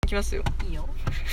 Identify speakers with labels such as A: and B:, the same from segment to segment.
A: きますよ。
B: いいよ。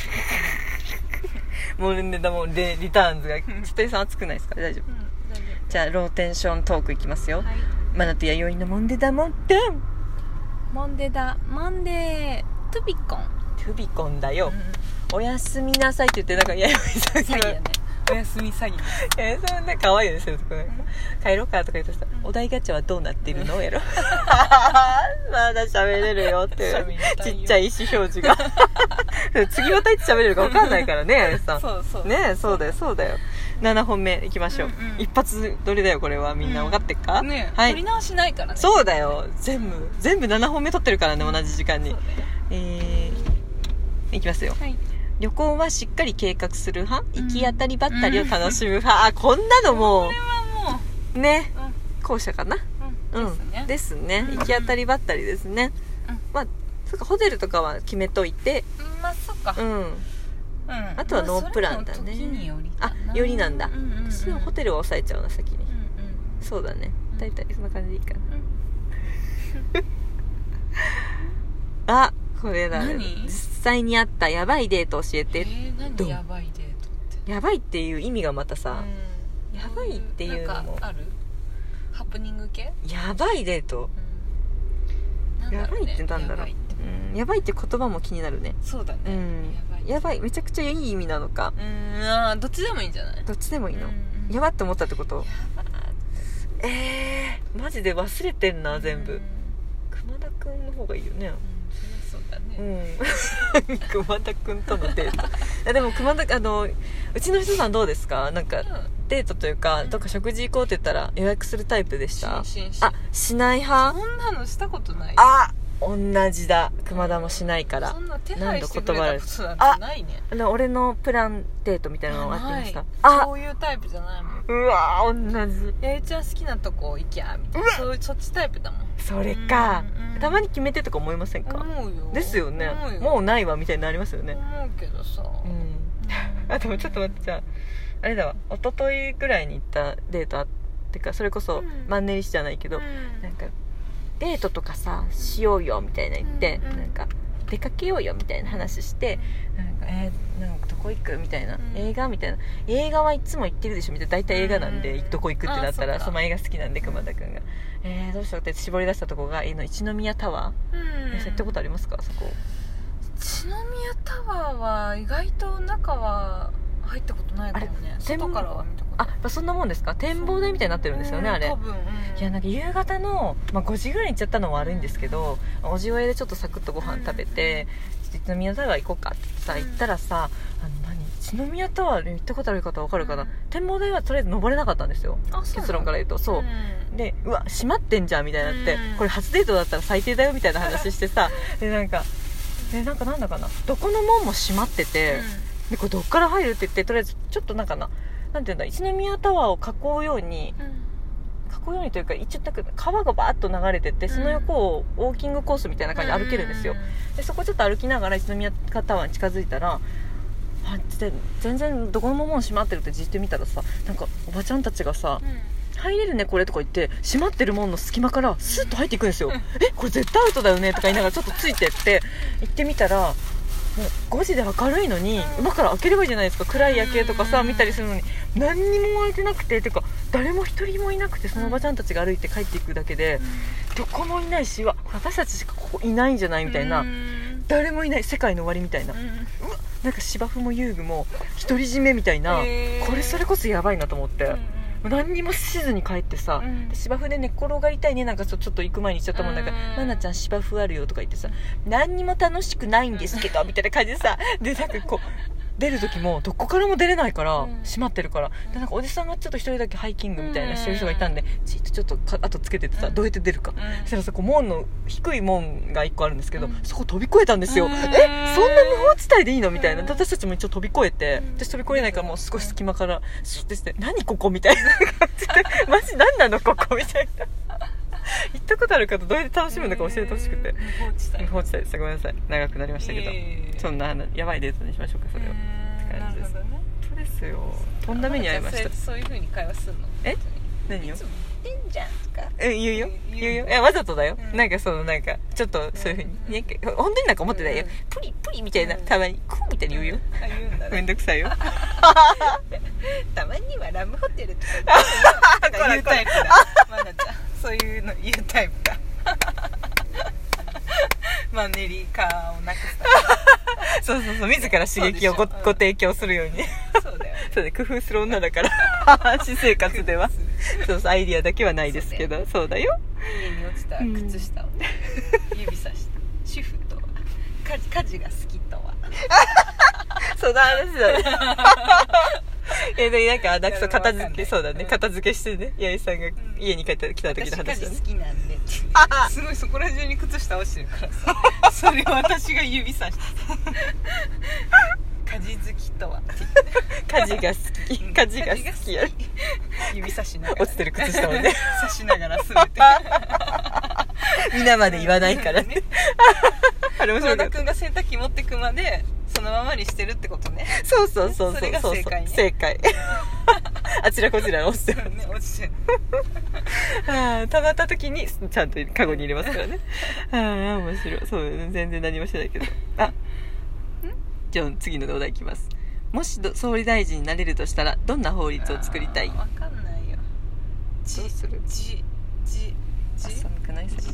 A: もうね、もうリターンズがちょっとさん熱くないですか？大丈夫、
B: 大丈
A: じゃあローテンショントークいきますよ。
B: 夫。はい。
A: マナと弥生のモンデダモンデン
B: モンデートゥビコン。
A: トゥビコンだよ、おやすみなさいって言って、なんか弥生さん
B: 詐欺だね。おやすみ詐欺。
A: そんな可愛いですよ、そこなんか帰ろうかとか言ってさ、お題ガチャはどうなってるのやろまだ喋れるよって
B: 喋りたいよ
A: ちっちゃい意思表示が次はタイツ喋れるか分かんないからね、あれさん。
B: そうそう
A: ね、そうだよそうだよ。7本目いきましょう、一発どれだよこれは。みんな分かってっか、
B: ね、
A: はい、
B: 取り直しないからね。
A: そうだよ、全部7本目撮ってるからね、同じ時間に。
B: そうだよ。
A: いきますよ、
B: はい。
A: 旅行はしっかり計画する派、行き当たりばったりを楽しむ派、あ、こんなのも
B: これはも
A: うね、
B: う、
A: 後者かな。ですね、行き当たりばったりですね、まあそうか、ホテルとかは決めといて、
B: まあそっか。
A: あとはノープランだね。
B: まあそれも時によりかな。
A: よりなんだ、私はホテルを抑えちゃうな先に、
B: うんうん。
A: そうだね、大体そんな感じでいいかな、あ、これだね。
B: 何
A: 実際にあったやばいデート教えて。
B: なんでやばいデートって。
A: やばいっていう意味がまたさ、やばいっていうのも
B: なんかある？ハプニング系？
A: やばいデート、やばいってなんだろう。やばいって言葉も気になるね。
B: そうだね。
A: やばい、めちゃくちゃいい意味なのか、
B: どっちでもいいんじゃない？
A: どっちでもいいの、やばって思ったってこと？マジで忘れてんな全部。熊田くんの方がいいよね。
B: そうだね。
A: 熊田くんとのデートでも熊田うちの人さんどうですか？なんか、デートというか、どっか食事行こうって言ったら予約するタイプでした？あ、しない派？
B: そんなのしたことない。
A: あ、同じだ。熊田もしないから。
B: そんな手配してくれたことなんてないね。
A: 俺のプランデートみたいなのがあってました。
B: そういうタイプじゃないもん。
A: うわー、同じ。
B: うちは好きなとこ行きゃみたいな、そっちタイプだもん。
A: それか、たまに決めてとか思いませんか？
B: 思うよ。
A: ですよね。もうないわみたいになりますよね。
B: 思うけどさ。
A: あ、でもちょっと待って、じゃああれだわ、一昨日ぐらいに行ったデートってか、それこそマンネリしじゃないけど、なんかデートとかさしようよみたいな言って、なんか出かけようよみたいな話して、なんかどこ行くみたいな、映画みたいな、映画はいつも行ってるでしょみたいな、大体映画なんで、どこ行くってなったらその映画好きなんで、熊田くんがどうしようって絞り出したとこが一宮タワー、行ったことありますか？そこ
B: 一宮タワーは意外と中は入ったことないかもね。外からは見たことない。
A: そんなもんですか？展望台みたいになってるんですよね、あれ
B: 多分。
A: いや、なんか夕方の、5時ぐらいに行っちゃったのも悪いんですけど、おじおやでちょっとサクッとご飯食べて、一宮タワー行こうかってさ、行ったらさ、一宮タワー行ったことある方分かるかな、展望台はとりあえず登れなかったんですよ、結論から言うと。そうで、うわ閉まってんじゃんみたいになって、これ初デートだったら最低だよみたいな話してさ、でなんかなんだかな、どこの門も閉まってて、でこれどっから入るって言って、とりあえずちょっとなんていうんだ、一宮タワーを囲うようにというか、一応川がバーッと流れてて、その横をウォーキングコースみたいな感じで歩けるんですよ。でそこちょっと歩きながら一宮タワーに近づいたら、全然どこの門閉まってるってじってみたらさ、なんかおばちゃんたちがさ、入れるねこれとか言って、閉まってる門の隙間からスッと入っていくんですよ。これ絶対アウトだよねとか言いながらちょっとついてって行ってみたら、もう5時で明るいのに、今から開ければいいじゃないですか。暗い夜景とかさ見たりするのに、何にも開いてなくて、てか誰も一人もいなくて、そのおばちゃんたちが歩いて帰っていくだけで、どこもいないし、私たちしかここいないんじゃないみたいな、誰もいない、世界の終わりみたいな、うわ、なんか芝生も遊具も独り占めみたいな、これそれこそやばいなと思って、何にもしずに帰ってさ、芝生で寝っ転がりたいね、なんかちょっと行く前に言っちゃったもんだから、マナちゃん芝生あるよとか言ってさ、何にも楽しくないんですけどみたいな感じでさ、でなんかこう出る時もどこからも出れないから、閉まってるから、でなんかおじさんがちょっと一人だけハイキングみたいなしてる人がいたんで、ちょっと後つけてってさ、どうやって出るか、そしたらさ、こう門の低い門が1個あるんですけど、そこ飛び越えたんですよ。そんな無法地帯でいいのみたいな。私たちも一応飛び越えて、私飛び越えないからもう少し隙間からシュッてして、何ここみたいな感じでマジ何なのここみたいな行ったことある方どうやって楽しむのか教えてほしくて。無法地帯です。ごめんなさい、長くなりましたけど、そんなやばいデートにしましょうか、それは。って感じです。本当ですよ。とんだ目に遭いました。
B: そういう風に会話するの？
A: 何よ
B: いつも言ってんじゃんとか
A: 言うよいやわざとだよ、なんかそのなんかちょっとそういうふうに、ね、本当になんか思ってないよ、プリプリみたいな、たまにクーみたいに言うよ、
B: あ言うんだね
A: めんどくさいよ
B: たまにはラブホテルとか言うタイプだまなちゃんそういうの言うタイプだマンネリ化をなくすた
A: そう自ら刺激をご提供するように
B: そうだよね
A: そうね、工夫する女だから私生活ではそうアイディアだけはないですけど、そうだよ。
B: 家に落ちた靴下をね、指さして主婦とは家事が好きとは
A: その話だねでなんかそう片付け、そうだね、片付けしてね、八重さんが家に帰ってきた時の話だね。
B: 私家事好きなんでってすごいそこら中に靴下落ちてるからさそれを私が指さして家事好きとは
A: 家事が好き家事が好きや
B: 指さしながら
A: 落ちてる靴下をね
B: 差しながら全て
A: 皆まで言わないからねあれ面白かった。
B: 黒田君が洗濯機持ってくまでそのままにしてるってことね。
A: そう
B: それが正解ね。
A: 正解あちらこちら落ちてる
B: ね、落ちてる
A: たまった時にちゃんとカゴに入れますからね面白い。そう、全然何もしてないけど。じゃあ次のお題いきます。もし総理大臣になれるとしたらどんな法律を作りたい？
B: 分かんないよ。
A: どうする？寒くない？
B: 何？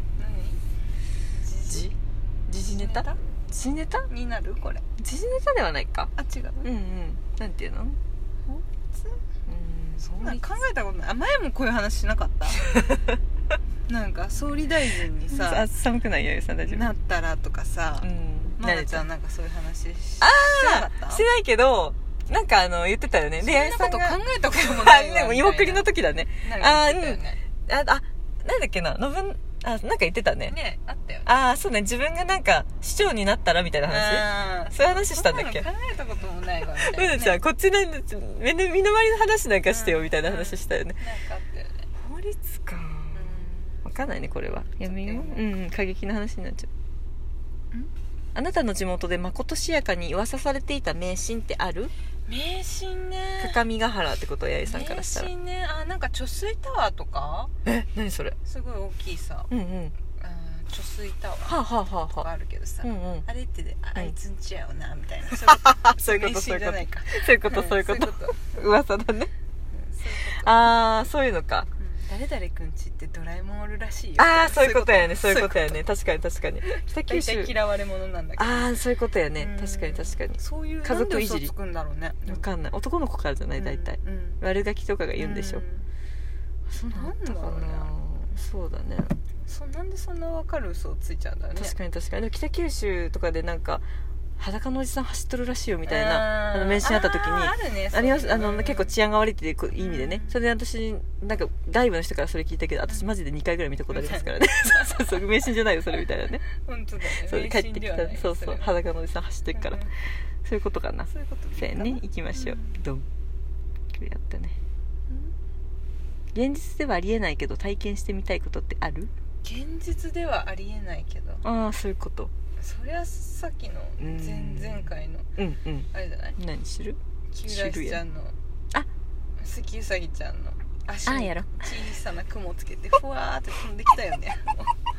A: 時事ネタ？時事ネタ
B: になるこれ。
A: 時事ネタではないか。
B: あ、違う。
A: なんていうの？
B: 法律？そんなん考えたことない。前もこういう話しなかったなんか総理大臣にさ
A: 寒くないよさん大丈夫
B: なったらとかさ、まなちゃんなんかそういう話してなかった？
A: してないけどなんか言ってたよね。
B: そんなこと考えたこともないわ
A: でも芋栗の時だね。
B: なんか言ってたよね。
A: なんだっけな、なんか言ってたね。
B: ね、あったよね。
A: そうね、自分がなんか市長になったらみたいな話。そういう話したんだっけ？
B: 考えたこともないわみたいな。
A: むずちゃんこっちの身の回りの話なんかしてよみたいな話したよね。
B: なんかあったよね。
A: 法律か。わかんないねこれは。やめよう。過激な話になっちゃう。あなたの地元でまことしやかに噂されていた迷信ってある？
B: 迷信ね。
A: 各務原ってことは八重さんからしたら。
B: 迷信ね。なんか貯水タワーとか？
A: 何それ？
B: すごい大きいさ。貯水タワーとかあるけどさ、あれってあいつんちやよなみたいな。
A: そういうこと
B: そう
A: いうこと噂だね。そういうのか。
B: 誰々くんちってドラえもんおるらしいよ。
A: そういうことやね。確かに北九州
B: 大体嫌われ者なんだけど。
A: そういうことやね。確かに
B: そういう
A: 家族いじり。
B: なんで嘘つくんだろうね。
A: わかんない。男の子からじゃない大体。悪ガキとかが言うんでしょ。そうなんだかな。そうだね。
B: なんでそんな分かる嘘をついちゃうんだろうね。
A: 確かにでも北九州とかでなんか裸のおじさん走っとるらしいよみたいな迷信あった時にあります。結構治安が悪いっていう意味でね。それで私なんか外部の人からそれ聞いたけど、私マジで2回ぐらい見たことありますからねそう迷信じゃないよそれみたいなね。
B: 本当だね。
A: そう帰ってきた裸のおじさん走ってるからそういうことかな。そうやね。行きましょう。ドン。これやったね。現実ではありえないけど体験してみたいことってある？
B: 現実ではありえないけど。
A: そういうこと。
B: そりゃさっきの前回のあれじゃない？
A: 何する？
B: キュラシちゃんの関うさぎちゃんの足に小さな雲をつけてふわーって飛んできたよね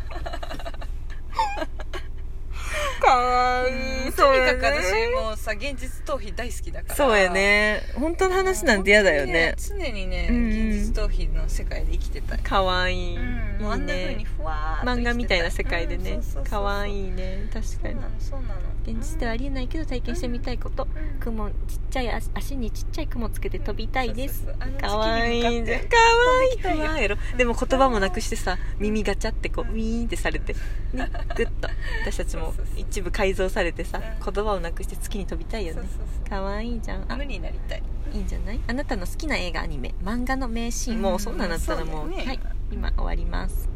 A: かわいい。
B: とにかく私もうさ現実逃避大好きだから。
A: そうやね。本当の話なんて嫌だよね。
B: 常にね現実逃避の世界で生きてたい。
A: かわいい。
B: あんな風にふわーっと
A: 漫画みたいな世界でね。かわいいね。確かに。
B: そうなの。
A: 現実ではありえないけど体験してみたいこと。雲ちっちゃい足にちっちゃい雲つけて飛びたいです。かわいい。かわいいわやろ。でも言葉もなくしてさ、耳ガチャってこうウィーンってされてね、グッと私たちも一部改造されてさ、言葉をなくして月に飛びたいよね。かわいいじゃん。
B: 無になりたい。
A: いいんじゃない？あなたの好きな映画、アニメ、漫画の名シーン、もうそんなんなったらもう、はい、今終わります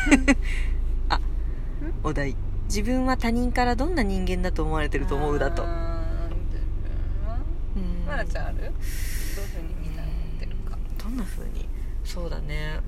A: お題。自分は他人からどんな人間だと思われてると思うだと。
B: まなちゃんある？どういう風にみんな思ってるか。
A: どんな風に？そうだね。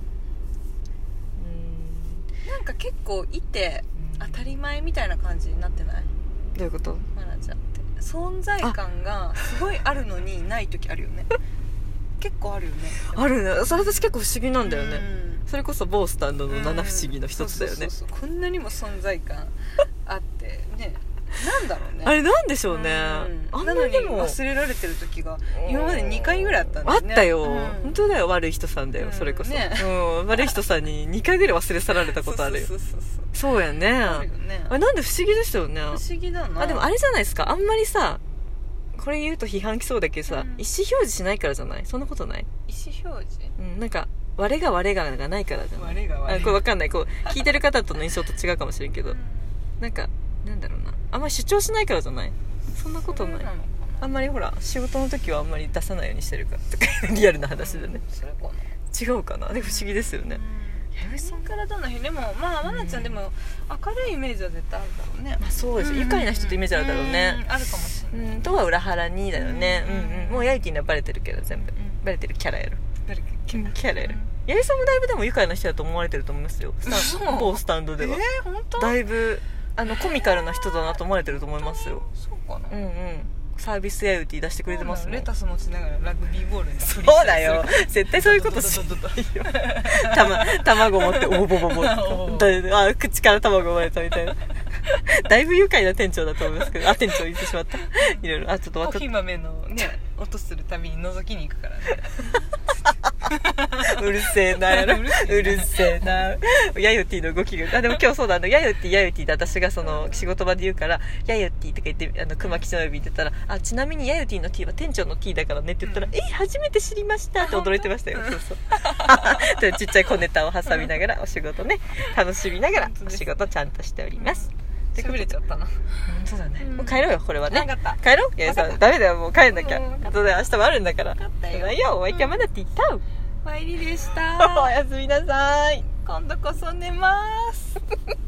B: なんか結構いて当たり前みたいな感じになってない？
A: どういうこと？
B: まなちゃんって存在感がすごいあるのにない時あるよね結構あるよね。
A: あるね。それ私結構不思議なんだよね、
B: うん、
A: それこそ某スタンドの七不思議の一つだよね。
B: そうこんなにも存在感あってね、なんだろうね、
A: あれなんでしょうね、あんまりでも
B: なのに忘れられてる時が今まで2回ぐらいあったんですね。
A: あったよ、
B: 本
A: 当だよ、悪い人さんだよ、それこそ、
B: ね、
A: 悪い人さんに2回ぐらい忘れ去られたことあるよ。そうやね。あれなんで不思議ですよね。
B: 不思議だな。
A: あ、でもあれじゃないですか、あんまりさ、これ言うと批判来そうだけどさ、意思表示しないからじゃない？そんなことない？
B: 意思表示？
A: なんか我がないからじゃない？これ分かんない、こう聞いてる方との印象と違うかもしれんけど、なんかなんだろうな、あんまり主張しないからじゃない？そんなことない。あんまりほら仕事の時はあんまり出さないようにしてるからとかリアルな話でね、
B: それか
A: な、違うかな。で不思議ですよね。
B: 矢部さんからどんな日でもまあ愛菜ちゃんでも明るいイメージは絶対あるだろうね。
A: まあそうです、愉快な人ってイメージあるだろうね。
B: あるかもしれない。
A: とは裏腹にだよね。もうヤイティにはバレてるけど、全部バレてるキャラやる。キャラやる。八重さんもだいぶでも愉快な人だと思われてると思いますよ。某スタンドでは。
B: 本当？
A: だいぶコミカルな人だなと思われてると思いますよ。
B: そうかな。
A: サービスヤウティ出してくれてますね。
B: レタス持ちながらラグビーボールに
A: そうだよ、絶対そういうことしないよ。卵持っておぼぼぼ口から卵生まれたみたいな。だいぶ愉快な店長だと思いますけど、店長言ってしまった。いろいろ、ちょっと
B: コーヒー豆のね音するたびに覗きに行くからね。
A: うるせえなやろ、うるせえな。ヤヨティの動きが、でも今日そうだ、ヤヨティで私がその仕事場で言うから、ヤヨティとか言って熊吉の呼び言ってたら、ちなみにヤヨティの T は店長の T だからねって言ったら、初めて知りましたって驚いてましたよ。そうちっちゃい小ネタを挟みながらお仕事ね、楽しみながらお仕事ちゃんとしております。
B: 喋れちゃったな。
A: そうだね、もう帰ろうよ、これはね。
B: 帰
A: ろう。いやさ、ダメだよ、もう帰んなきゃ。後で明日もあるんだから。
B: 分かったよ。
A: お相手はまだって言った
B: お帰りでした。
A: おやすみなさい。
B: 今度こそ寝ます。